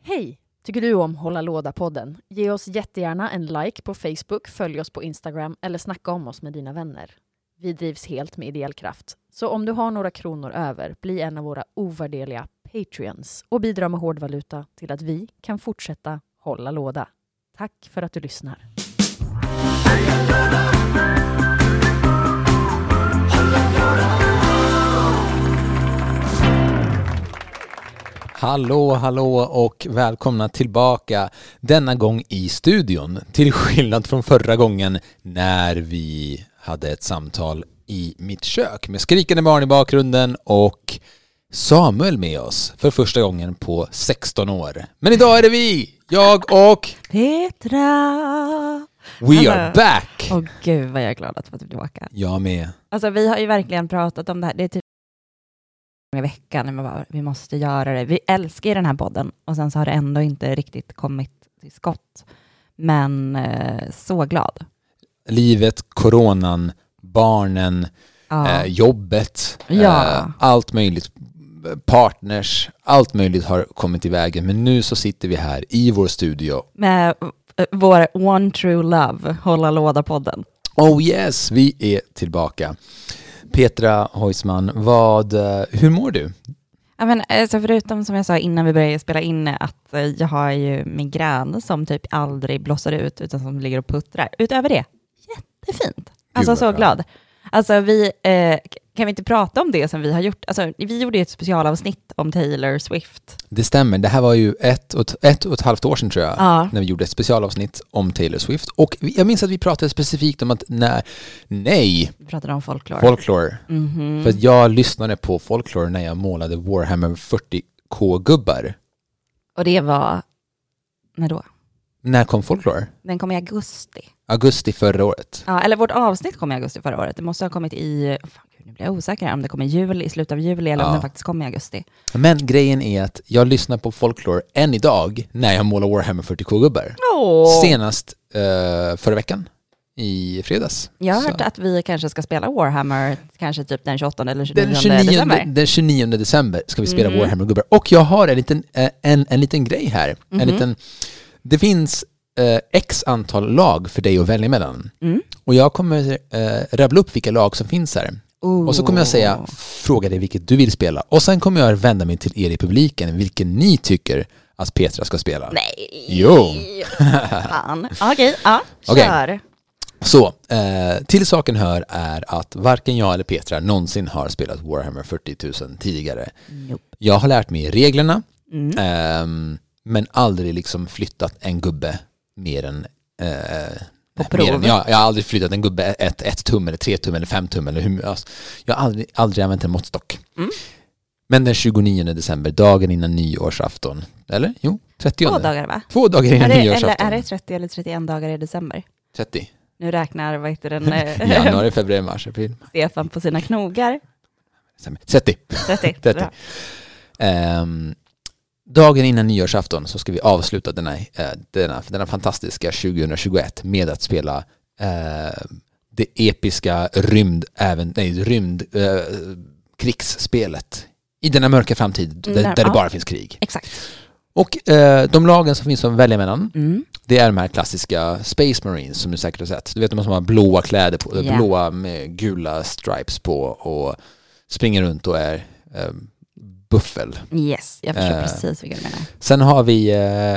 Hej! Tycker du om Hålla Låda-podden? Ge oss jättegärna en like på Facebook, följ oss på Instagram eller snacka om oss med dina vänner. Vi drivs helt med ideell kraft. Så om du har några kronor över, bli en av våra ovärdeliga Patreons och bidra med hårdvaluta till att vi kan fortsätta hålla låda. Tack för att du lyssnar. Hallå och välkomna tillbaka denna gång i studion. Till skillnad från förra gången när vi hade ett samtal i mitt kök med skrikande barn i bakgrunden och Samuel med oss för första gången på 16 år. Men idag är det vi, jag och Petra. We are back! Åh gud vad jag är glad att få tillbaka. Jag med. Alltså vi har ju verkligen pratat om det här. Det är typ i veckan. Vi måste göra det. Vi älskar den här podden. Och sen så har det ändå inte riktigt kommit till skott. Men så glad. Livet, coronan, barnen, jobbet, allt möjligt. Partners, allt möjligt har kommit i vägen. Men nu så sitter vi här i vår studio. Med vår One True Love, Hålla Låda-podden. Oh yes, vi är tillbaka. Petra Heusman, hur mår du? Ja, men, så förutom som jag sa innan vi började spela in att jag har ju migrän som typ aldrig blossar ut utan som ligger och puttrar. Utöver det, jättefint. Alltså så glad. Alltså kan vi inte prata om det som vi har gjort? Alltså vi gjorde ett specialavsnitt om Taylor Swift. Det stämmer, det här var ju ett och ett halvt år sedan tror jag, när vi gjorde ett specialavsnitt om Taylor Swift. Och jag minns att vi pratade specifikt om att vi pratade om folklore. Mm-hmm. För att jag lyssnade på folklore när jag målade Warhammer 40K-gubbar. Och det var, när då? När kom folklore? Den kom i augusti. Augusti förra året. Ja, eller vårt avsnitt kom i augusti förra året. Det måste ha kommit nu blir jag osäker om det kom i slutet av juli eller om den faktiskt kom i augusti. Men grejen är att jag lyssnar på folklore än idag när jag målar Warhammer 40K-gubbar. Senast förra veckan i fredags. Jag har hört att vi kanske ska spela Warhammer kanske typ den 28 eller 29 december. Den 29 december ska vi spela Warhammer-gubbar. Och jag har en liten grej här. Det finns x antal lag för dig att välja mellan. Och jag kommer rabbla upp vilka lag som finns här. Och så kommer jag fråga dig vilket du vill spela. Och sen kommer jag vända mig till er i publiken vilken ni tycker att Petra ska spela. Nej! Jo! Fan. Okej, kör. Så, till saken hör är att varken jag eller Petra någonsin har spelat Warhammer 40 000 tidigare. Nope. Jag har lärt mig reglerna. Men aldrig liksom flyttat en gubbe mer än jag har aldrig flyttat en gubbe 1 tum eller 3 tum eller 5 tum eller hur, alltså, jag har aldrig använt en måttstock. Men den 29 december, dagen innan nyårsafton, eller? Jo, 30. 2 dagar va? 2 dagar innan nyårsafton. Eller är det 30 eller 31 dagar i december? 30. Nu räknar, vad heter den? Januari, februari, mars, april. Stefan på sina knogar. 30. Dagen innan nyårsafton så ska vi avsluta denna fantastiska 2021 med att spela det episka krigsspelet i denna mörka framtid där det bara finns krig. Exakt. Och de lagen som finns att välja mellan, det är de här klassiska Space Marines som du säkert har sett. Du vet de som har blåa kläder på, blåa med gula stripes på och springer runt och är buffel. Yes, jag förstår precis vilka du menar. Sen har vi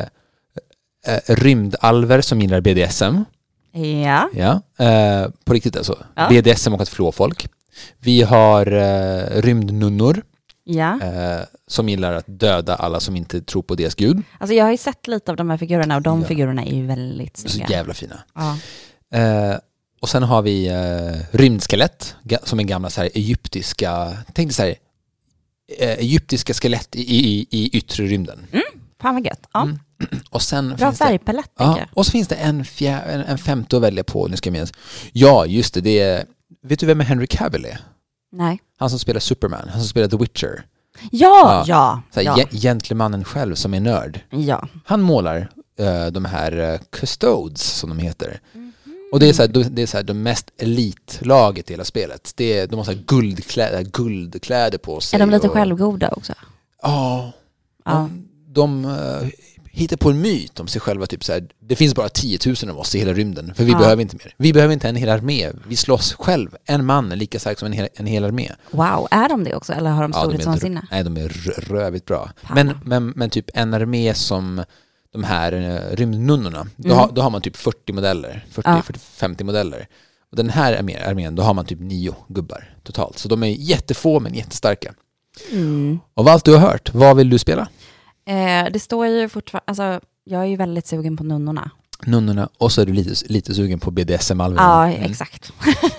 rymdalver som gillar BDSM. Ja. På riktigt alltså. Ja. BDSM och att flå folk. Vi har rymdnunnor. Ja. Som gillar att döda alla som inte tror på deras gud. Alltså jag har ju sett lite av de här figurerna och de figurerna är ju väldigt snygga. Så jävla fina. Ja. Och sen har vi rymdskelett som är gamla så här egyptiska, tänkte så här egyptiska skelett i yttre rymden. Fan vad gött. Ja. Och sen bra färgpalett. Och så finns det en femte att välja på. Nu ska jag minnas. Ja, just det. Vet du vem Henry Cavill är? Nej. Han som spelar Superman. Han som spelar The Witcher. Ja. Gentlemannen själv som är nörd. Ja. Han målar de här custodes som de heter. Och det är så här de mest elitlaget i hela spelet. De har så här guldkläder på sig. Är de lite självgoda också? Ja. de hittar på en myt om sig själva. Typ så här, det finns bara 10 000 av oss i hela rymden. För vi behöver inte mer. Vi behöver inte en hel armé. Vi slåss själv. En man är lika stark som en hel armé. Wow, är de det också? Eller har de storhetsvansinne? Nej, de är rövigt bra. Men typ en armé som de här rymdnunnorna, då har man typ 40 modeller. 40-50 modeller. Och den här armén, då har man typ 9 gubbar totalt. Så de är jättefå men jättestarka. Och allt du har hört, vad vill du spela? Det står ju fortfarande, alltså jag är ju väldigt sugen på nunnorna. Och så är du lite sugen på BDSM-alverna. Ja, exakt.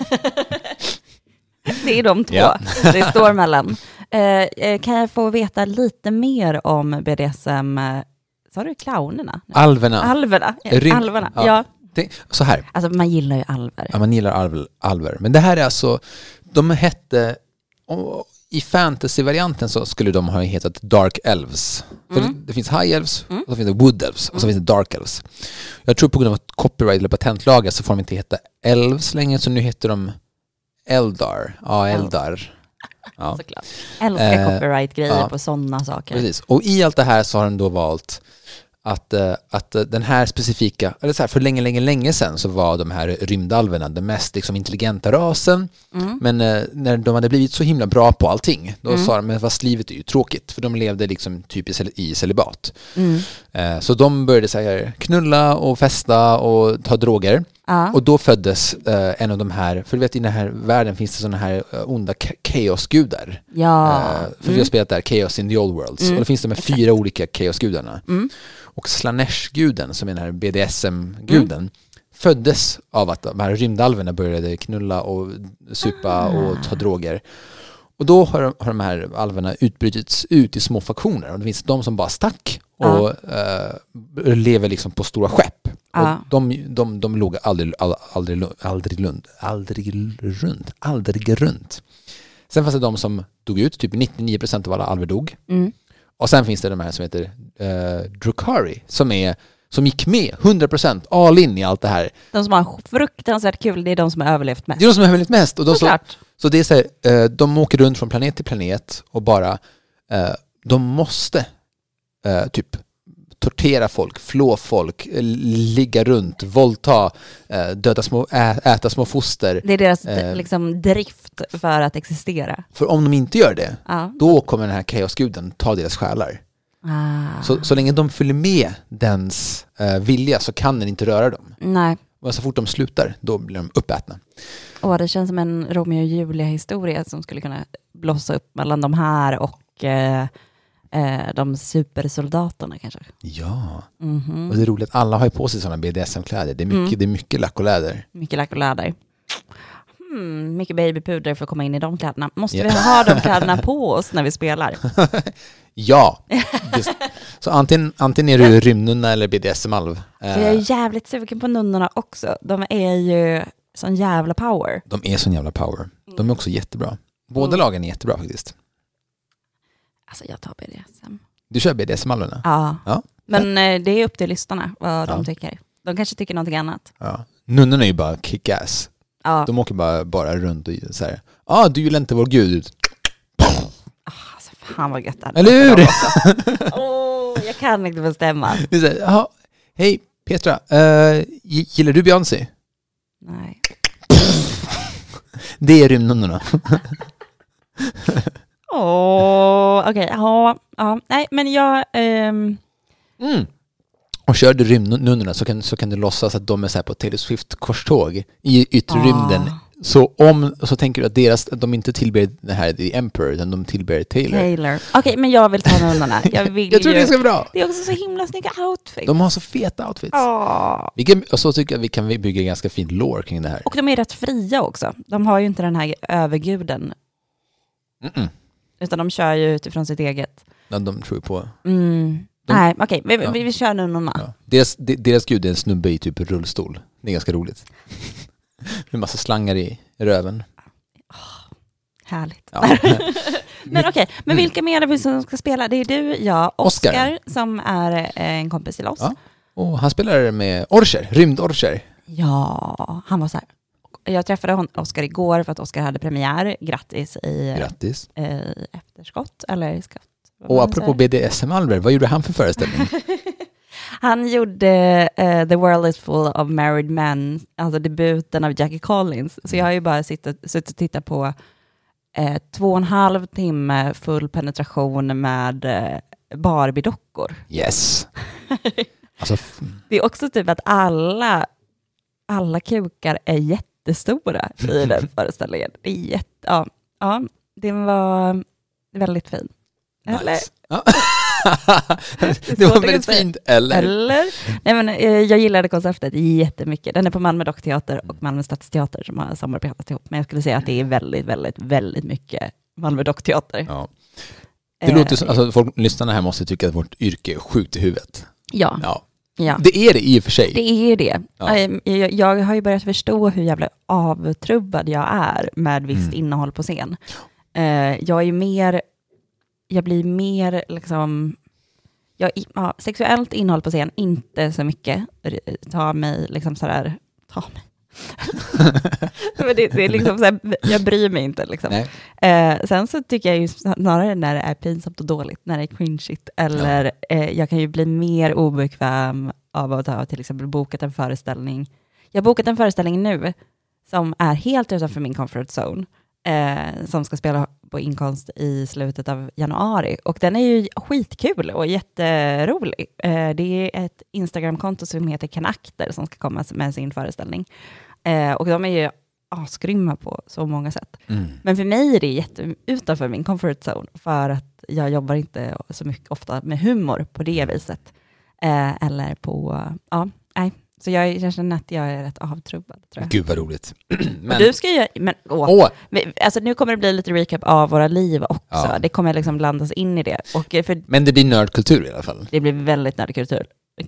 Det är de två det står mellan. Kan jag få veta lite mer om BDSM? Sa du clownerna? Alverna. Ja. Så här. Alltså man gillar ju alver. Ja, man gillar alver. Men det här är alltså, de hette, i fantasy-varianten så skulle de ha hetat Dark Elves. För det finns High Elves, och så finns det Wood Elves, och så finns det Dark Elves. Jag tror på grund av copyright eller patentlagar så får de inte heta Elves längre, så nu heter de Eldar. Ja, Eldar. Ja. Såklart. Älskar copyright-grejer på sådana saker. Precis. Och i allt det här så har de då valt att den här specifika, eller så här, för länge sedan så var de här rymdalverna den mest liksom intelligenta rasen. Men när de hade blivit så himla bra på allting, då sa de att fast livet är ju tråkigt, för de levde liksom typ i celibat. Så de började så här, knulla och festa och ta droger. Och då föddes en av de här, för du vet i den här världen finns det såna här onda chaosgudar. För vi har spelat där Chaos in the Old Worlds. Och då finns det med 4 olika chaosgudarna. Och Slanesh-guden, som är den här BDSM-guden, föddes av att de här rymdalverna började knulla och supa och ta droger. Och då har de här alverna utbrytits ut i små faktioner. Och det finns de som bara stack och lever liksom på stora skepp. Och de låg aldrig runt. Sen fanns det de som dog ut, typ 99% av alla alver dog. Och sen finns det de här som heter Drukhari, som gick med 100% all in i allt det här. De som har fruktansvärt kul, det är de som har överlevt mest. Det är de som har överlevt mest. Och så det är så här, de åker runt från planet till planet och bara de måste typ tortera folk, flå folk, ligga runt, våldta, äta små foster. Det är deras liksom drift för att existera. För om de inte gör det, då kommer den här chaosguden ta deras själar. Så länge de följer med dens vilja så kan den inte röra dem. Nej. Och så fort de slutar, då blir de uppätna. Det känns som en Romeo och Julia-historia som skulle kunna blossa upp mellan de här och de supersoldaterna kanske. Ja. Och det är roligt att alla har ju på sig sådana BDSM-kläder. Det är mycket lack och läder. Mycket lack och läder. Mycket babypuder för att komma in i de kläderna. Måste vi ha de kläderna på oss när vi spelar? Ja. Så antingen är du rymdnunna eller BDSM-alv. Jag är jävligt sugen på nunnorna också. De är ju sån jävla power. De är sån jävla power. De är också jättebra. Båda lagen är jättebra faktiskt. Alltså jag tar BDSM. Du kör BDSM-alverna? Ja. Men det är upp till lyssnarna vad de tycker. De kanske tycker någonting annat. Ja. Nunnorna är ju bara kick-ass. Ja. De åker bara runt och så här. Du gillar inte vår gud. Alltså fan vad gött det här. Eller hur? Jag kan inte bestämma. Hej Petra, gillar du Beyoncé? Nej. Det är rymdnunnorna. Okej. Nej, men jag... Och kör du rymdnunnorna så kan du låtsas att de är så här på Taylor Swift-korståg i yttre rymden. Så tänker du att de inte tillber det här The Emperor, utan de tillber Taylor. Okej, men jag vill ta nunnorna. Jag tror det är så bra. Det är också så himla snygga outfits. De har så feta outfits. Och så tycker jag vi kan bygga ganska fint lore kring det här. Och de är rätt fria också. De har ju inte den här överguden. Utan de kör ju utifrån sitt eget. Ja, de tror på... Nej, okej. Vi kör nunnorna. Ja. Deras gud är en snubbe i typ rullstol. Det är ganska roligt. Det är en massa slangar i röven. Härligt. Ja. Men okej, men vilka mer är vi som ska spela? Det är du, jag, Oscar som är en kompis till oss. Ja. Och han spelar med orcher, rymdorcher. Ja, han var så här. Jag träffade Oscar igår för att Oscar hade premiär. Grattis i efterskott eller skatt. Och apropå BDSM Albert, vad gjorde han för föreställning? Han gjorde The World is Full of Married Men, alltså debuten av Jackie Collins. Så jag har ju bara suttit och tittat på 2,5 timme full penetration med Barbie-dockor. Yes. Alltså, det är också typ att alla kukar är jättestora i den föreställningen. Det är ja, det var väldigt fint. Eller? Nice. Ja. Det var väldigt fint, eller? Nej, men jag gillade konceptet jättemycket. Den är på Malmö Dockteater och Malmö Stadsteater som har samarbetat ihop. Men jag skulle säga att det är väldigt, väldigt, väldigt mycket Malmö Dockteater. Ja. Det låter som, alltså folk lyssnarna här måste tycka att vårt yrke är sjukt i huvudet. Ja. Det är det i och för sig. Det är det. Ja. Jag har ju börjat förstå hur jävla avtrubbad jag är med visst innehåll på scen. Jag blir mer liksom... sexuellt innehåll på scen, inte så mycket. Ta mig. Men det är liksom så här, jag bryr mig inte. Liksom. Sen så tycker jag ju snarare när det är pinsamt och dåligt, när det är cringeigt, eller jag kan ju bli mer obekväm av att ha till exempel bokat en föreställning. Jag har bokat en föreställning nu som är helt utanför min comfort zone. Som ska spela på Inkonst i slutet av januari. Och den är ju skitkul och jätterolig. Det är ett Instagram-konto som heter Kanakter som ska komma med sin föreställning. Och de är ju asgrymma på så många sätt. Men för mig är det utanför min comfort zone, för att jag jobbar inte så mycket ofta med humor på det viset. Eller på... Så jag känner att jag är rätt avtrubbad, tror jag. Gud vad roligt. Men du ska ju... Alltså nu kommer det bli lite recap av våra liv också. Ja. Det kommer liksom blandas in i det. Men det blir nördkultur i alla fall. Det blir väldigt nördkultur.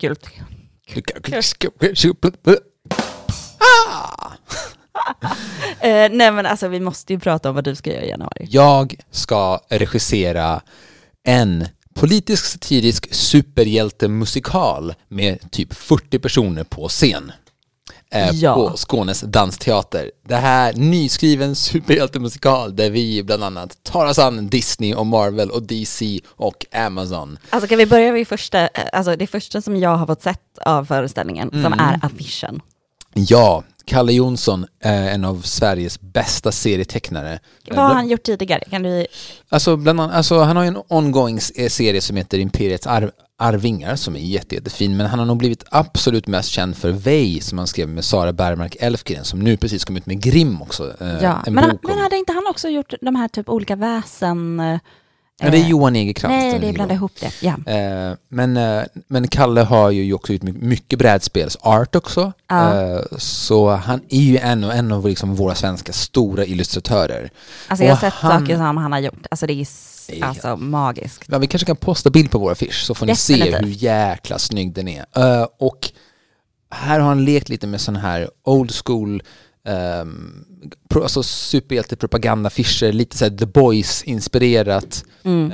Nej men alltså vi måste ju prata om vad du ska göra i januari. Jag ska regissera en politisk satirisk superhjältemusikal med typ 40 personer på scen. På Skånes dansteater. Det här nyskriven superhjältemusikal där vi bland annat tar oss an Disney och Marvel och DC och Amazon. Alltså kan vi börja med det första som jag har fått sett av föreställningen som är affischen. Ja, Kalle Jonsson är en av Sveriges bästa serietecknare. Vad har han gjort tidigare? Kan du... Han har ju en ongoing serie som heter Imperiets Arvingar som är jättefin, men han har nog blivit absolut mest känd för Vej som han skrev med Sara Bergmark Elfgren som nu precis kom ut med Grimm också. Men hade inte han också gjort de här typ olika väsen... Ja, det är Johan Egerkrans. Nej, det är blandar ihop det. Ja. Men Kalle har ju också gjort mycket brädspelsart också. Så han är ju en av liksom våra svenska stora illustratörer. Alltså jag har sett saker som han har gjort. Alltså det är magiskt. Ja, vi kanske kan posta bild på våra affisch så får ni se hur jäkla snygg den är. Och här har han lekt lite med sån här old school alltså superhjälte-propaganda-affischer, lite så här The Boys-inspirerat.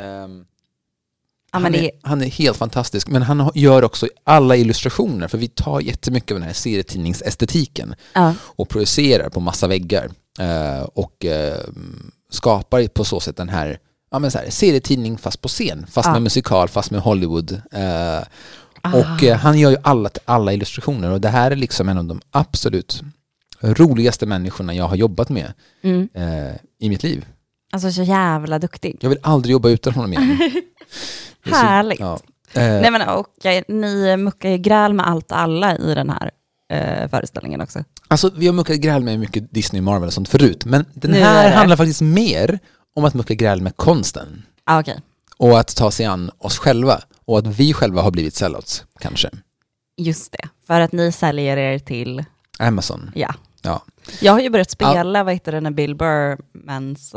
Han är helt fantastisk, men han gör också alla illustrationer, för vi tar jättemycket av den här serietidningsestetiken och projicerar på massa väggar och skapar på så sätt den här, serietidning fast på scen, fast med musikal, fast med Hollywood. Och han gör ju alla illustrationer, och det här är liksom en av de absolut roligaste människorna jag har jobbat med i mitt liv. Alltså så jävla duktig. Jag vill aldrig jobba utan honom igen. Härligt. Nej, men, och ni muckar ju gräl med allt och alla i den här föreställningen också. Alltså vi har muckat gräl med mycket Disney och Marvel och sånt förut, men den här handlar faktiskt mer om att mucka gräl med konsten. Okay. Och att ta sig an oss själva, och att vi själva har blivit sellouts kanske. Just det, för att ni säljer er till Amazon. Ja. Jag har ju börjat spela, vad heter det, när Bill Burmans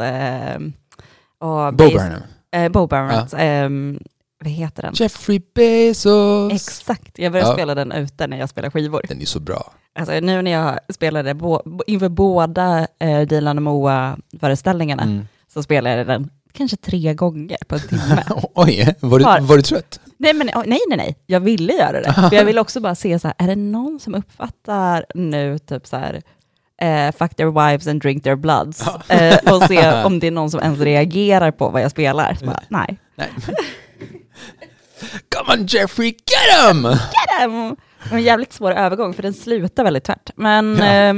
Bo Burnhams vad heter den? Jeffrey Bezos. Exakt, jag började spela den ute när jag spelar skivor. Den är så bra. Alltså nu när jag spelade inför båda Dilan och Moa-föreställningarna så spelade jag den kanske 3 gånger på en timme. Oj, var du trött? Nej. Jag ville göra det. För jag vill också bara se så här, är det någon som uppfattar nu typ så här fuck their wives and drink their bloods och se om det är någon som ens reagerar på vad jag spelar. Så bara, nej. Nej. Come on Jeffrey, get him! Get him! Det var en jävligt svår övergång för den slutar väldigt tvärt. Men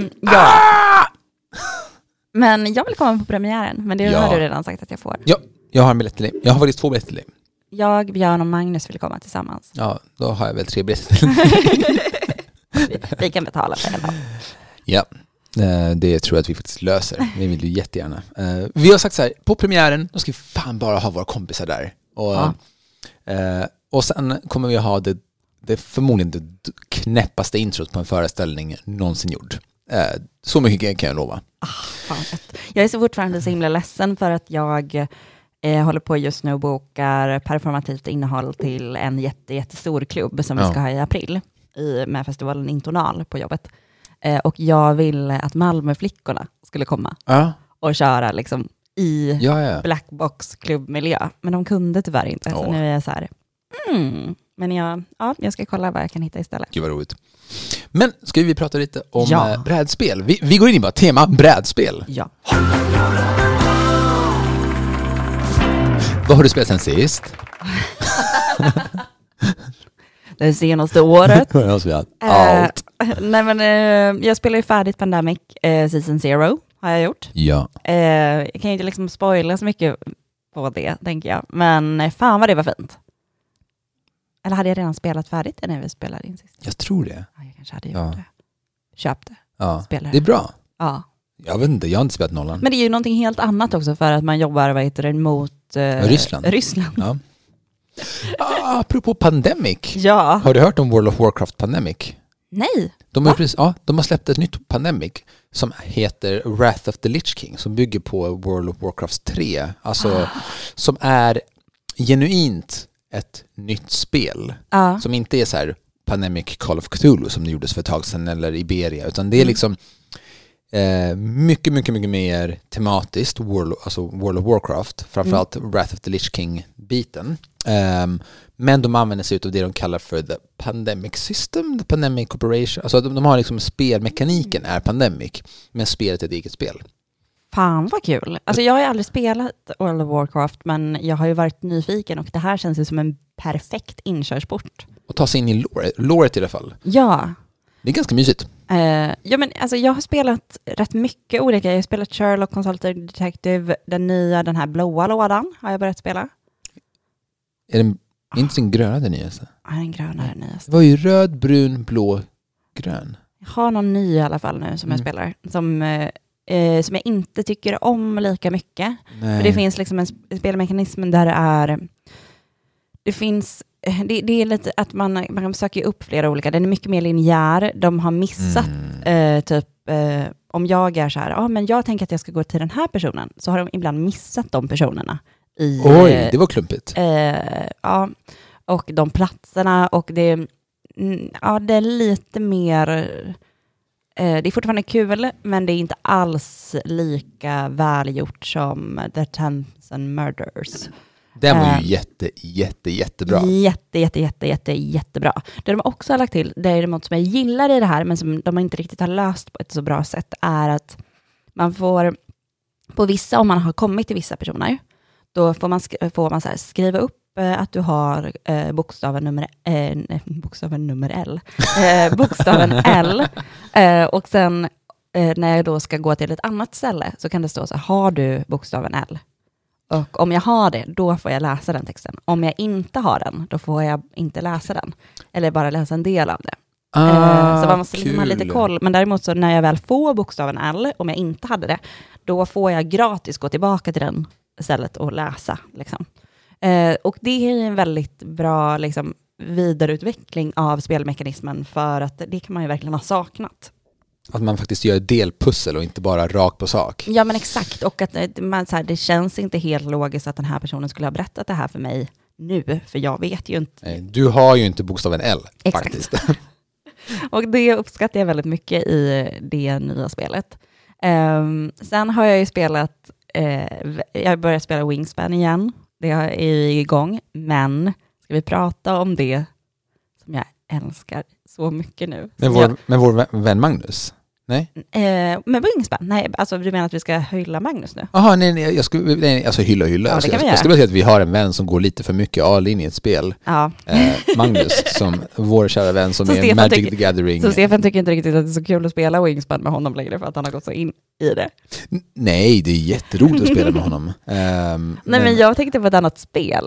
Men jag vill komma på premiären. Men det har du redan sagt att jag får. Ja, jag har en biljett till dig. Jag har faktiskt 2 biljetter till dig. Jag, Björn och Magnus vill komma tillsammans. Ja, då har jag väl 3 biljetter till dig. Vi kan betala för det. Ja, det tror jag att vi faktiskt löser. Vi vill ju jättegärna. Vi har sagt så här, på premiären då ska vi fan bara ha våra kompisar där. Och sen kommer vi ha det förmodligen det knäppaste introt på en föreställning någonsin gjord. Så mycket kan jag lova. Jag är så fortfarande så himla ledsen för att jag håller på just nu och bokar performativt innehåll till en jättestor klubb som vi ska ha i april med festivalen Intonal på jobbet. Och jag vill att Malmöflickorna skulle komma och köra liksom i Blackbox klubbmiljö. Men de kunde tyvärr inte. Så nu är jag så här, men jag ska kolla vad jag kan hitta istället. Gud vad roligt. Men ska vi prata lite om brädspel? Vi går in i bara tema brädspel. Ja. Vad har du spelat sen sist? Det senaste året. Jag har spelat allt. Nej, men jag spelar ju färdigt Pandemic Season 0 har jag gjort. Ja. Jag kan ju inte liksom spoila så mycket på det, tänker jag. Men fan vad det var fint. Eller hade jag redan spelat färdigt när vi spelade in sist? Jag tror det. Ja, jag kanske hade gjort det. Köp det. Ja. Det är bra. Ja. Jag vet inte, jag har inte spelat nollan. Men det är ju någonting helt annat också för att man jobbar mot Ryssland. Ja. Apropå Pandemic. Ja. Har du hört om World of Warcraft Pandemic? Nej. De har släppt ett nytt Pandemic som heter Wrath of the Lich King som bygger på World of Warcraft 3. Alltså som är genuint ett nytt spel. Som inte är så här Pandemic Call of Cthulhu som det gjordes för ett tag sedan eller Iberia, utan det är liksom mycket mer tematiskt World of Warcraft, framförallt Wrath of the Lich King-biten. Men de använder sig av det de kallar för the Pandemic System, the Pandemic Operation. Alltså de har liksom spelmekaniken är Pandemic, men spelet är ett eget spel. Fan vad kul. Alltså jag har ju aldrig spelat World of Warcraft, men jag har ju varit nyfiken och det här känns ju som en perfekt inkörsport. Och ta sig in i loret i alla fall. Ja. Det är ganska mysigt. Ja, men alltså jag har spelat rätt mycket olika. Jag har spelat Sherlock, Consultant Detective, den här blåa lådan har jag börjat spela. Är den inte den gröna den nyaste? Ja, den gröna är den nyaste. Det var ju röd, brun, blå, grön. Jag har någon ny i alla fall nu som jag spelar. Som jag inte tycker om lika mycket. För det finns liksom en spelmekanism där det finns... Det är lite att man söker upp flera olika. Den är mycket mer linjär. De har missat om jag är så här, men jag tänker att jag ska gå till den här personen, så har de ibland missat de personerna. Oj, det var klumpigt. Ja, och de platserna och det är lite mer... det är fortfarande kul, men det är inte alls lika välgjort som The Thompson Murders. Den var ju jättebra. Jättebra. Det de också har lagt till, däremot som jag gillar i det här, men som de inte riktigt har löst på ett så bra sätt, är att man får, på vissa, om man har kommit till vissa personer, då får man så här, skriva upp att du har bokstaven L. Och sen när jag då ska gå till ett annat ställe så kan det stå så här, har du bokstaven L? Och om jag har det, då får jag läsa den texten. Om jag inte har den, då får jag inte läsa den. Eller bara läsa en del av det. Så man måste liksom ha lite koll. Men däremot så när jag väl får bokstaven L, om jag inte hade det, då får jag gratis gå tillbaka till den stället och läsa. Liksom. Och det är en väldigt bra liksom, vidareutveckling av spelmekanismen, för att det kan man ju verkligen ha saknat. Att man faktiskt gör delpussel och inte bara rakt på sak. Ja, men exakt. Och att det känns inte helt logiskt att den här personen skulle ha berättat det här för mig nu. För jag vet ju inte. Nej, du har ju inte bokstaven L, exakt. Faktiskt. Och det uppskattar jag väldigt mycket i det nya spelet. Sen har jag ju spelat... jag börjar spela Wingspan igen. Det är igång. Men ska vi prata om det som jag älskar så mycket nu? Med vår vän Magnus? Nej? Med Wingspan? Nej, alltså du menar att vi ska hylla Magnus nu? Jaha, nej, alltså hylla. Ja, Alltså, det kan vi jag skulle säga att vi har en vän som går lite för mycket all in i ett spel. Ja. Magnus, som vår kära vän som Så är Stefan Magic the Gathering. Så Stefan tycker inte riktigt att det är så kul att spela Wingspan med honom längre för att han har gått så in i det. Nej, det är jätteroligt att spela med honom. Men jag tänkte på ett annat spel.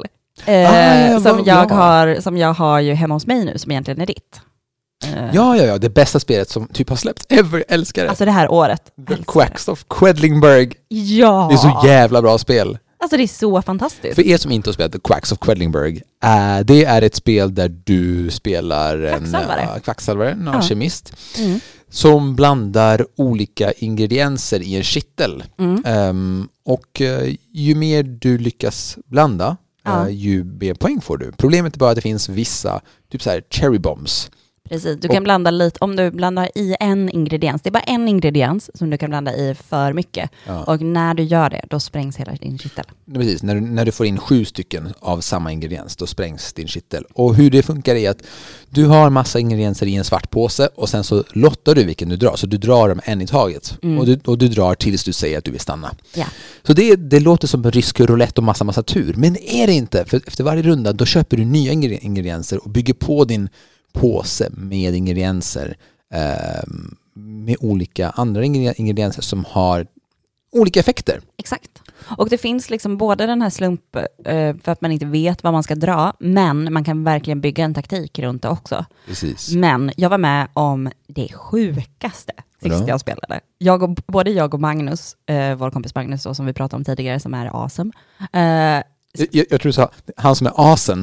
Som jag har ju hemma hos mig nu, som egentligen är ditt. Ja, det bästa spelet som typ har släppts ever, älskar det. Alltså det här året. The Quacks of Quedlinburg. Ja! Det är så jävla bra spel. Alltså det är så fantastiskt. För er som inte har spelat The Quacks of Quedlinburg, det är ett spel där du spelar en kvacksalvare, en alkemist, som blandar olika ingredienser i en kittel. Och ju mer du lyckas blanda, ju mer poäng får du. Problemet är bara att det finns vissa, typ så här cherry bombs. Precis, du kan blanda lite, om du blandar i en ingrediens, det är bara en ingrediens som du kan blanda i för mycket. Ja. Och när du gör det, då sprängs hela din kittel. Precis, när du får in 7 stycken av samma ingrediens, då sprängs din kittel. Och hur det funkar är att du har massa ingredienser i en svart påse och sen så lottar du vilken du drar. Så du drar dem en i taget. Och du drar tills du säger att du vill stanna. Ja. Så det låter som en rysk roulette och massa tur. Men är det inte, för efter varje runda då köper du nya ingredienser och bygger på din påse med ingredienser med olika andra ingredienser som har olika effekter. Exakt. Och det finns liksom både den här slump för att man inte vet vad man ska dra, men man kan verkligen bygga en taktik runt det också. Precis. Men jag var med om det sjukaste sist jag spelade. Både jag och Magnus, vår kompis Magnus då, som vi pratade om tidigare, som är awesome. Jag tror du sa han som är awesome.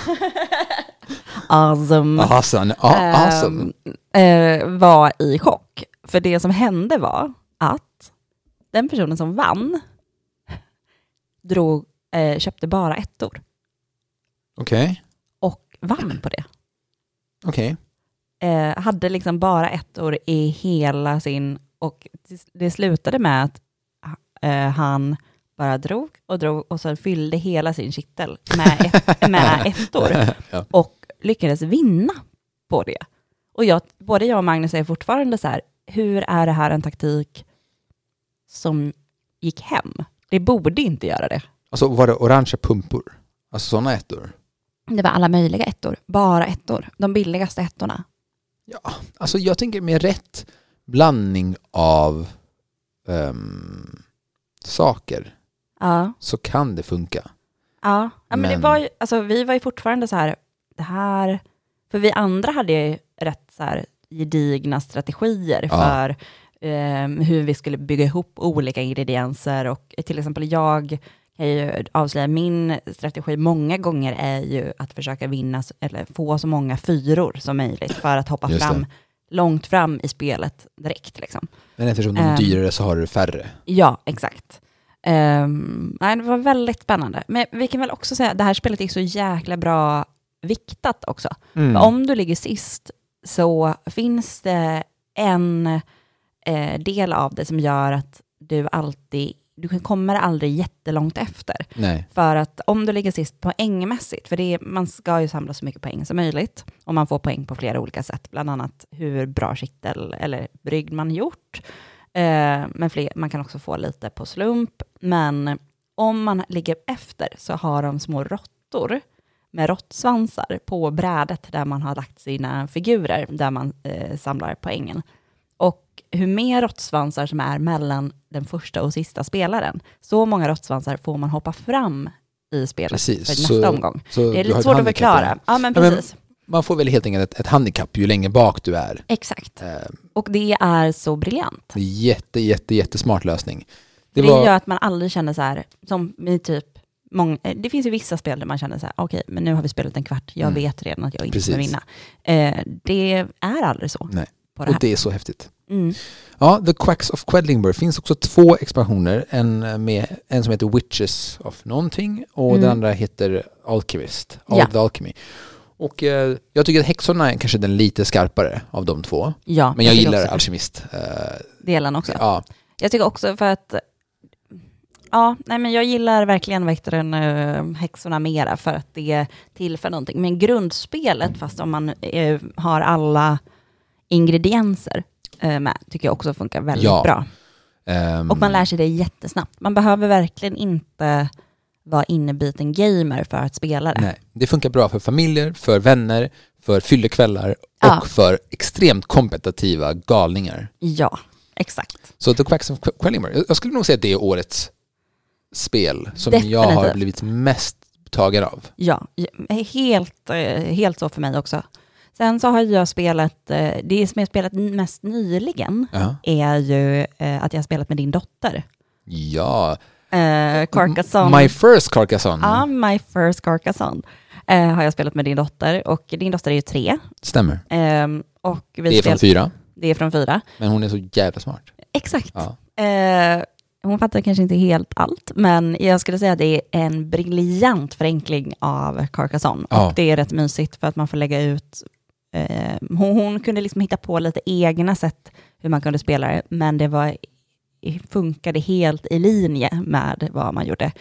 Awesome. Var i chock. För det som hände var att den personen som vann köpte bara ettor. Okej. Och vann på det. Okej. Hade liksom bara ettor i hela sin... Och det slutade med att han bara drog och så fyllde hela sin kittel med ettor. Ja. Och lyckades vinna på det. Och både jag och Magnus är fortfarande så här, hur är det här en taktik som gick hem? Det borde inte göra det. Alltså var det orangea pumpor? Alltså sådana ettor? Det var alla möjliga ettor. Bara ettor. De billigaste ettorna. Ja, alltså jag tänker med rätt blandning av saker så kan det funka. Ja, men det var ju, alltså, vi var ju fortfarande så här, det här, för vi andra hade ju rätt så här gedigna strategier för hur vi skulle bygga ihop olika ingredienser, och till exempel jag kan ju avslöja min strategi många gånger är ju att försöka vinna eller få så många 4 som möjligt för att hoppa långt fram i spelet direkt liksom. Men eftersom de är dyrare så har du färre. Ja, exakt. Nej, det var väldigt spännande. Men vi kan väl också säga att det här spelet är så jäkla bra viktat också. För om du ligger sist så finns det en del av det som gör att du kommer aldrig jättelångt efter. Nej. För att om du ligger sist poängmässigt, för man ska ju samla så mycket poäng som möjligt, och man får poäng på flera olika sätt, bland annat hur bra kittel eller brygd man gjort. Men man kan också få lite på slump. Men om man ligger efter så har de små råttor med råttsvansar på brädet där man har lagt sina figurer, där man samlar poängen. Och hur mer råttsvansar som är mellan den första och sista spelaren, så många råttsvansar får man hoppa fram i spelet. Precis. För nästa omgång. Det är lite svårt att förklara. Ja, men precis. Man får väl helt enkelt ett handikapp ju längre bak du är. Exakt. Och det är så briljant. Jättesmart lösning. Det gör att man aldrig känner så här, som i typ det finns ju vissa spel där man känner så här, okej, men nu har vi spelat en kvart, jag vet redan att jag inte kommer vinna. Det är aldrig så. Nej. Och det är så häftigt. Ja, The Quacks of Quedlinburg finns också 2 expansioner. En som heter Witches of någonting och den andra heter Alchemist. The Alchemy. Och jag tycker att häxorna är kanske den lite skarpare av de 2. Ja, men jag gillar Alchemist. Delen också. Ja. Jag tycker också för att men jag gillar verkligen häxorna mera för att det är till för någonting. Men grundspelet, fast om man har alla ingredienser, med, tycker jag också funkar väldigt bra. Och man lär sig det jättesnabbt. Man behöver verkligen inte vara innebiten gamer för att spela det. Nej, det funkar bra för familjer, för vänner, för fyllekvällar och för extremt kompetitiva galningar. Ja, exakt. Så The Quacks of Quelimore, jag skulle nog säga att det är årets spel som jag har blivit mest tagen av. Ja, helt så för mig också. Sen så har jag spelat, det som jag spelat mest nyligen är ju att jag har spelat med din dotter. Ja. Carcassonne. My first Carcassonne. Ja, My first Carcassonne har jag spelat med din dotter. Och din dotter är ju 3. Stämmer. Och det är från 4. Det är från 4. Men hon är så jävla smart. Exakt. Ja. Hon fattar kanske inte helt allt, men jag skulle säga att det är en briljant förenkling av Carcassonne. Ja. Och det är rätt mysigt för att man får lägga ut... hon kunde liksom hitta på lite egna sätt hur man kunde spela det, men det funkade helt i linje med vad man gjorde.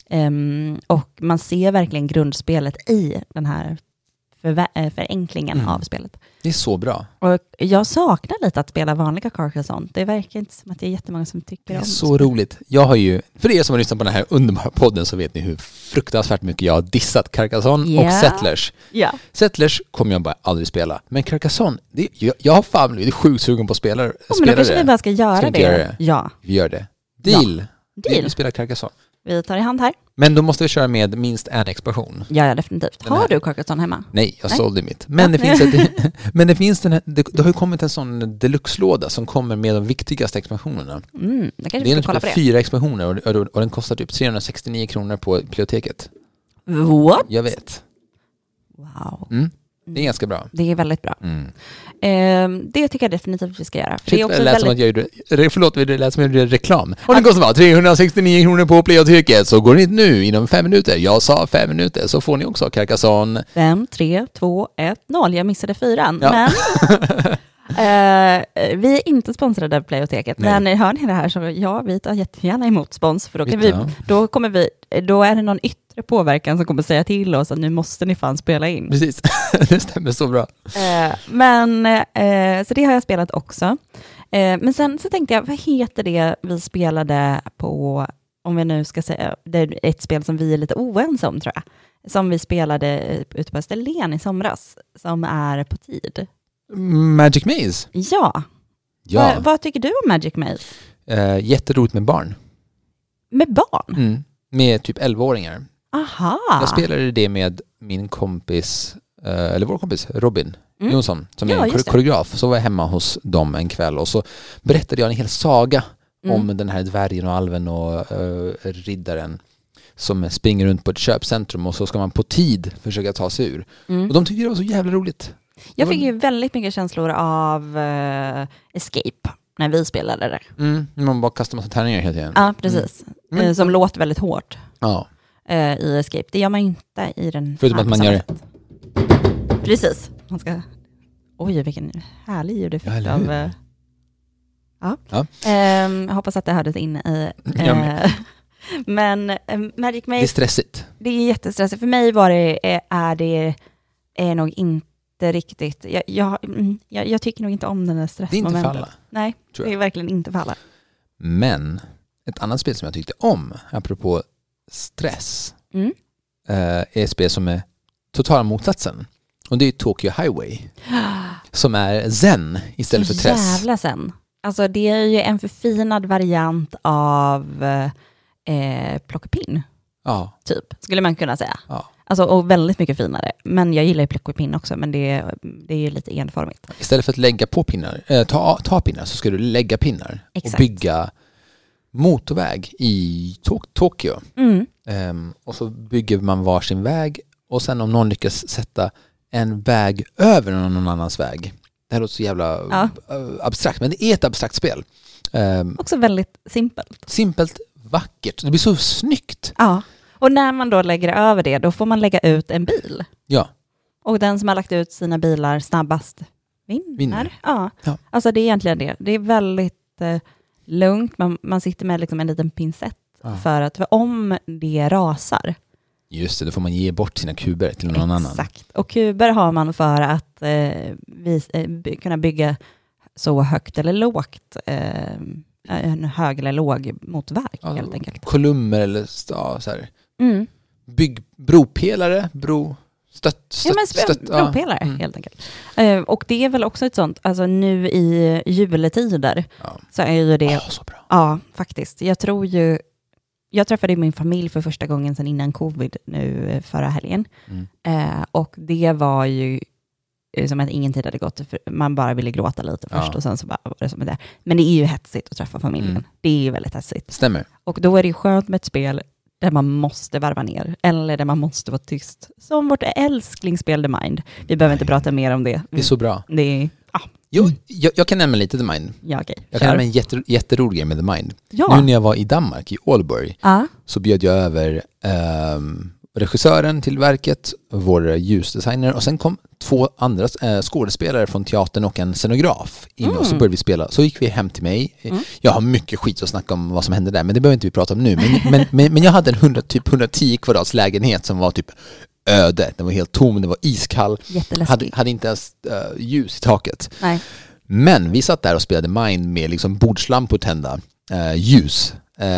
Och man ser verkligen grundspelet i den här förenklingen av spelet. Det är så bra. Och jag saknar lite att spela vanliga Carcassonne. Det verkar inte som att det är jättemånga som tycker om det. Det är så roligt. Jag har ju, för er som har lyssnat på den här underbara podden så vet ni hur fruktansvärt mycket jag har dissat Carcassonne och Settlers. Yeah. Settlers kommer jag bara aldrig spela. Men Carcassonne, jag har fan blivit sjukt sugen på att spela det. Men då kanske vi bara ska göra det. Ja. Vi gör det. Deal. Deal. Vi spelar Carcassonne. Vi tar i hand här. Men då måste vi köra med minst en expansion. Ja, definitivt. Har du Carcassonne hemma? Nej, jag sålde mitt. Men det finns det har ju kommit en sån deluxe-låda som kommer med de viktigaste expansionerna. Det är typ 4 expansioner och den kostar typ 369 kronor på biblioteket. What? Jag vet. Wow. Det är ganska bra. Det är väldigt bra. Det tycker jag definitivt vi ska göra. För det är också lät som att jag gjorde, det lät som att jag gjorde reklam. Och den kostar bara 369 kronor på biblioteket, så går ni nu inom 5 minuter. Jag sa 5 minuter, så får ni också Carcassonne. 5, 3, 2, 1, 0. Jag missade 4. Ja. Men vi är inte sponsrade av biblioteket. Men hör ni det här så vi tar jättegärna emot spons. För då är det någon yttre påverkan som kommer säga till oss att nu måste ni fan spela in. Precis, det stämmer så bra. Så det har jag spelat också. Men sen så tänkte jag, vad heter det vi spelade på, om vi nu ska säga, det är ett spel som vi är lite oense om tror jag. Som vi spelade ute på Österlen i somras, som är på tid. Magic Maze? Ja. Vad tycker du om Magic Maze? Jätteroligt med barn. Med barn? Med typ 11-åringar. Aha. Jag spelade det med min kompis, eller vår kompis Robin Jonsson, som är en koreograf. Så var jag hemma hos dem en kväll och så berättade jag en hel saga om den här dvärgen och alven och riddaren som springer runt på ett köpcentrum och så ska man på tid försöka ta sig ur. Och de tyckte det var så jävla roligt. Jag fick ju väldigt mycket känslor av Escape när vi spelade det. Man bara kastar massa tärningar hela tiden. Ja, precis. Som låter väldigt hårt i Escape. Det gör man inte i den. Förutom att man gör det. Precis. Man ska... Oj, vilken härlig ljudeffekt av... Jag hoppas att det hördes in i... Men Magic Maze... Det är stressigt. Det är jättestressigt. För mig är nog inte riktigt... Jag tycker nog inte om den där stressmomentet. Det är inte för alla. Nej, det är verkligen inte för alla. Men ett annat spel som jag tyckte om, apropå stress, är ett spel som är totala motsatsen. Och det är Tokyo Highway. Som är zen istället för stress. Jävla zen. Alltså det är ju en förfinad variant av plockepinn. Ja. Typ, skulle man kunna säga. Ja. Alltså, och väldigt mycket finare. Men jag gillar ju plockepinn också, men det är ju lite enformigt. Istället för att lägga på pinnar, ta pinnar, så ska du lägga pinnar. Exakt. Och bygga motorväg i Tokyo. Och så bygger man varsin väg och sen om någon lyckas sätta en väg över någon annans väg. Det här låter så jävla abstrakt, men det är ett abstrakt spel. Också väldigt simpelt. Simpelt, vackert. Det blir så snyggt. Ja, och när man då lägger över det, då får man lägga ut en bil. Ja. Och den som har lagt ut sina bilar snabbast vinner. Ja. Alltså det är egentligen det. Det är väldigt lugnt. Man sitter med liksom en liten pincett för om det rasar. Just det, då får man ge bort sina kuber till någon annan. Exakt. Och kuber har man för att kunna bygga så högt eller lågt, en hög eller låg motverk helt enkelt. Kolumner eller så här. Bropelare, bropelare helt enkelt. Och det är väl också ett sånt, alltså nu i juletider så är ju det så bra. Ja, faktiskt. Jag träffade min familj för första gången sedan innan covid nu förra helgen. Och det var ju som att ingen tid hade gått. För man bara ville gråta lite först och sen så bara var det som det. Men det är ju hetsigt att träffa familjen. Det är ju väldigt hetsigt. Stämmer. Och då är det ju skönt med ett spel där man måste varva ner. Eller där man måste vara tyst. Som vårt älsklingsspel The Mind. Vi behöver inte prata mer om det. Det är så bra. Det är... Jag kan nämna lite The Mind. Ja, okay. Jag kan nämna en jätterolig grej med The Mind. Ja. Nu när jag var i Danmark, i Aalborg, så bjöd jag över regissören till verket, vår ljusdesigner, och sen kom 2 andra skådespelare från teatern och en scenograf in, och så började vi spela. Så gick vi hem till mig. Jag har mycket skit att snacka om vad som hände där, men det behöver inte vi prata om nu. Men jag hade en 110 kvadrats lägenhet som var typ öde. Den var helt tom, det var iskall. Hade inte ens ljus i taket. Nej. Men vi satt där och spelade Mind med liksom bordslampor tända, ljus.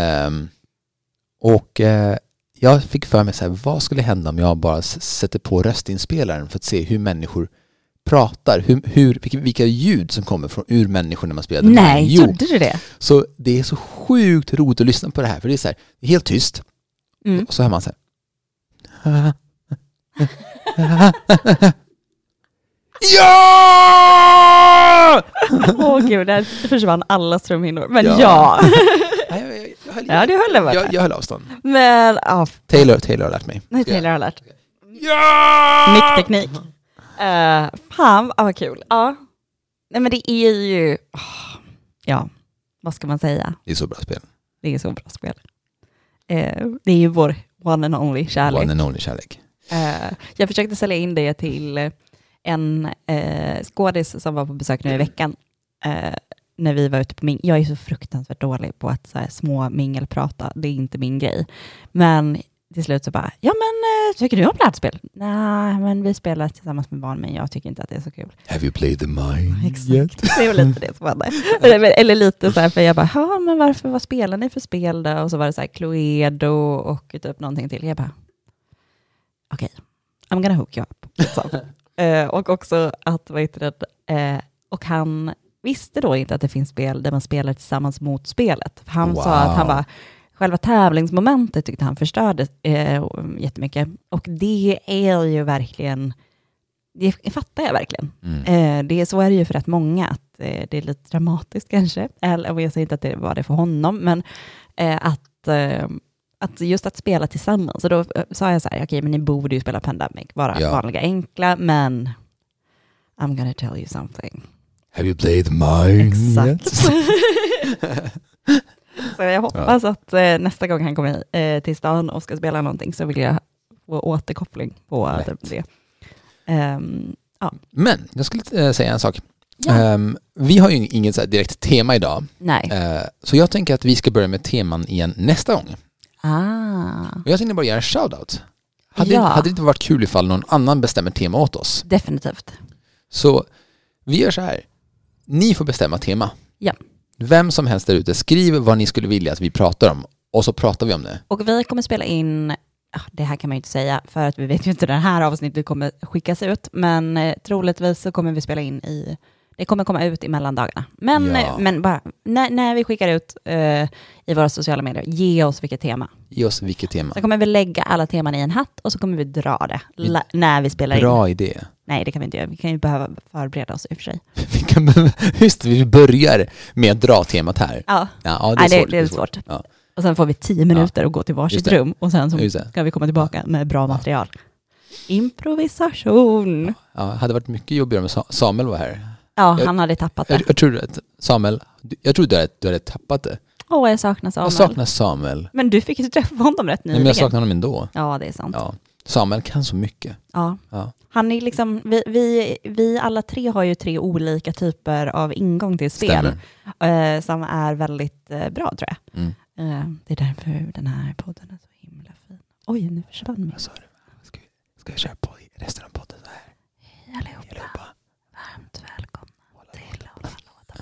Och jag fick för mig så här, vad skulle hända om jag bara sätter på röstinspelaren för att se hur människor pratar, vilka ljud som kommer från ur människor när man spelar Mind. Nej, trodde du det? Så det är så sjukt roligt att lyssna på det här, för det är så här, det är helt tyst. Och så hör man så här. Ja! Gud, där försvann alla strömhinnor. Men Ja, det höll det. Jag höll avstånd. Men, Taylor har lärt mig. Nej, Taylor har lärt. Ja! Mickteknik. Fan, vad kul. Ja. Nej, men det är ju... vad ska man säga? Det är så bra spel. Det är så bra spel. Det är ju vår one and only kärlek. One and only kärlek. Jag försökte sälja in det till en skådis som var på besök nu i veckan. När vi var ute på jag är så fruktansvärt dålig på att så här, små mingelprata. Det är inte min grej. Men till slut så bara, tycker du om brädspel? Nej, men vi spelar tillsammans med barn, men jag tycker inte att det är så kul. Have you played the Mind? Exakt, det var lite det som hände. Eller lite så här, för jag bara, men vad spelar ni för spel då? Och så var det så här Cluedo och typ någonting till. Jag bara, okej, I'm gonna hook you up. Och också att, och han visste då inte att det finns spel där man spelar tillsammans mot spelet. Han sa att han var själva tävlingsmomentet tyckte han förstörde jättemycket. Och det är ju verkligen, det fattar jag verkligen. Så är det ju för rätt många, att det är lite dramatiskt kanske. Eller jag säger inte att det var det för honom, men att just att spela tillsammans. Så då sa jag så här, okej, men ni borde ju spela Pandemic, vara vanliga enkla, men I'm gonna tell you something. Have you played the Mind? Exakt. Så jag hoppas att nästa gång han kommer till stan och ska spela någonting så vill jag få återkoppling på det. Men jag skulle säga en sak. Ja. Vi har ju inget så här direkt tema idag. Nej. Så jag tänker att vi ska börja med teman igen nästa gång. Och jag tänkte bara göra en shoutout. Hade det inte varit kul ifall någon annan bestämmer tema åt oss? Definitivt. Så vi gör så här. Ni får bestämma tema. Ja. Vem som helst där ute, skriv vad ni skulle vilja att vi pratar om. Och så pratar vi om det. Och vi kommer spela in, det här kan man ju inte säga, för att vi vet ju inte när det här avsnittet kommer skickas ut. Men troligtvis så kommer vi spela in det kommer komma ut i mellandagarna. Men bara, när vi skickar ut i våra sociala medier, ge oss vilket tema. Ge oss vilket tema. Så kommer vi lägga alla teman i en hatt och så kommer vi dra det när vi spelar in. Bra idé. Nej, det kan vi inte göra. Vi kan ju behöva förbereda oss i och för sig. Vi börjar med att dra temat här. Ja, det är svårt. Ja. Och sen får vi 10 minuter och gå till varsitt rum. Och sen så ska vi komma tillbaka med bra material. Improvisation. Ja, hade varit mycket jobbigare med Samuel var här. Ja, han hade tappat det. Jag tror att Samuel, du hade tappat det. Jag saknar Samuel. Jag saknar Samuel. Men du fick ju träffa honom rätt nyligen. Men jag saknar honom ändå. Ja, det är sant. Ja. Samuel kan så mycket. Ja. Han är liksom, vi alla tre har ju 3 olika typer av ingång till spel. Som är väldigt bra, tror jag. Det är därför den här podden är så himla fin. Oj, nu försvann min. Ska jag köra på resten av podden så här? Hej allihopa. Varmt välkomna till Hålla låda.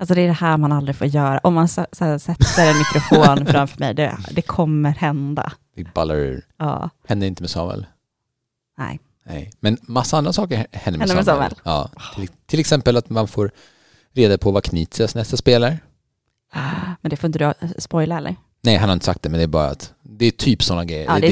Alltså det är det här man aldrig får göra. Om man sätter en mikrofon framför mig, det kommer hända. Det ballar ur. Ja. Händer inte med Samuel. Nej. Men massa andra saker händer med Samuel. Ja. Till exempel att man får reda på vad Knizias nästa spelar. Men det får inte du spoila eller? Nej, han har inte sagt det, men det är bara att det är typ sådana grejer. Ja,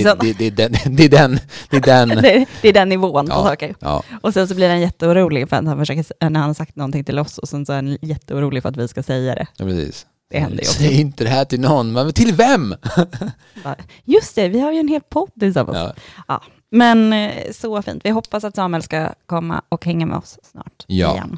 det är den nivån på saker. Ja. Och sen så blir han jätteorolig för att han försöker, när han har sagt någonting till oss och sen så är han jätteorolig för att vi ska säga det. Ja, precis. Det händer ju också. Säg inte det här till någon, men till vem? Just det, vi har ju en hel podd tillsammans. Ja. Men så fint. Vi hoppas att Samuel ska komma och hänga med oss snart igen.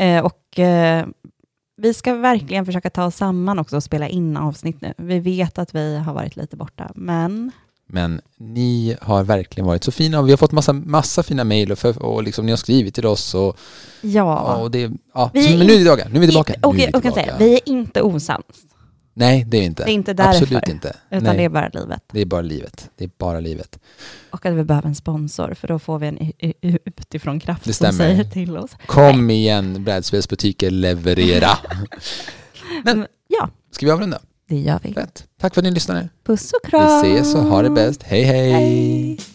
Vi ska verkligen försöka ta oss samman också och spela in avsnitt nu. Vi vet att vi har varit lite borta, men ni har verkligen varit så fina och vi har fått massa fina mejl och liksom ni har skrivit till oss och men nu är vi tillbaka. Vi är inte osams. Nej, det är inte. Det är inte därför. Absolut inte. Utan Nej. det är bara livet. Det är bara livet. Och att vi behöver en sponsor, för då får vi en utifrån kraft det som säger till oss. Kom igen, brädspelsbutiker, leverera. Men ska vi avrunda? Det gör vi. Rätt. Tack för att ni lyssnade. Puss och kram. Vi ses och ha det bäst. Hej. Hej.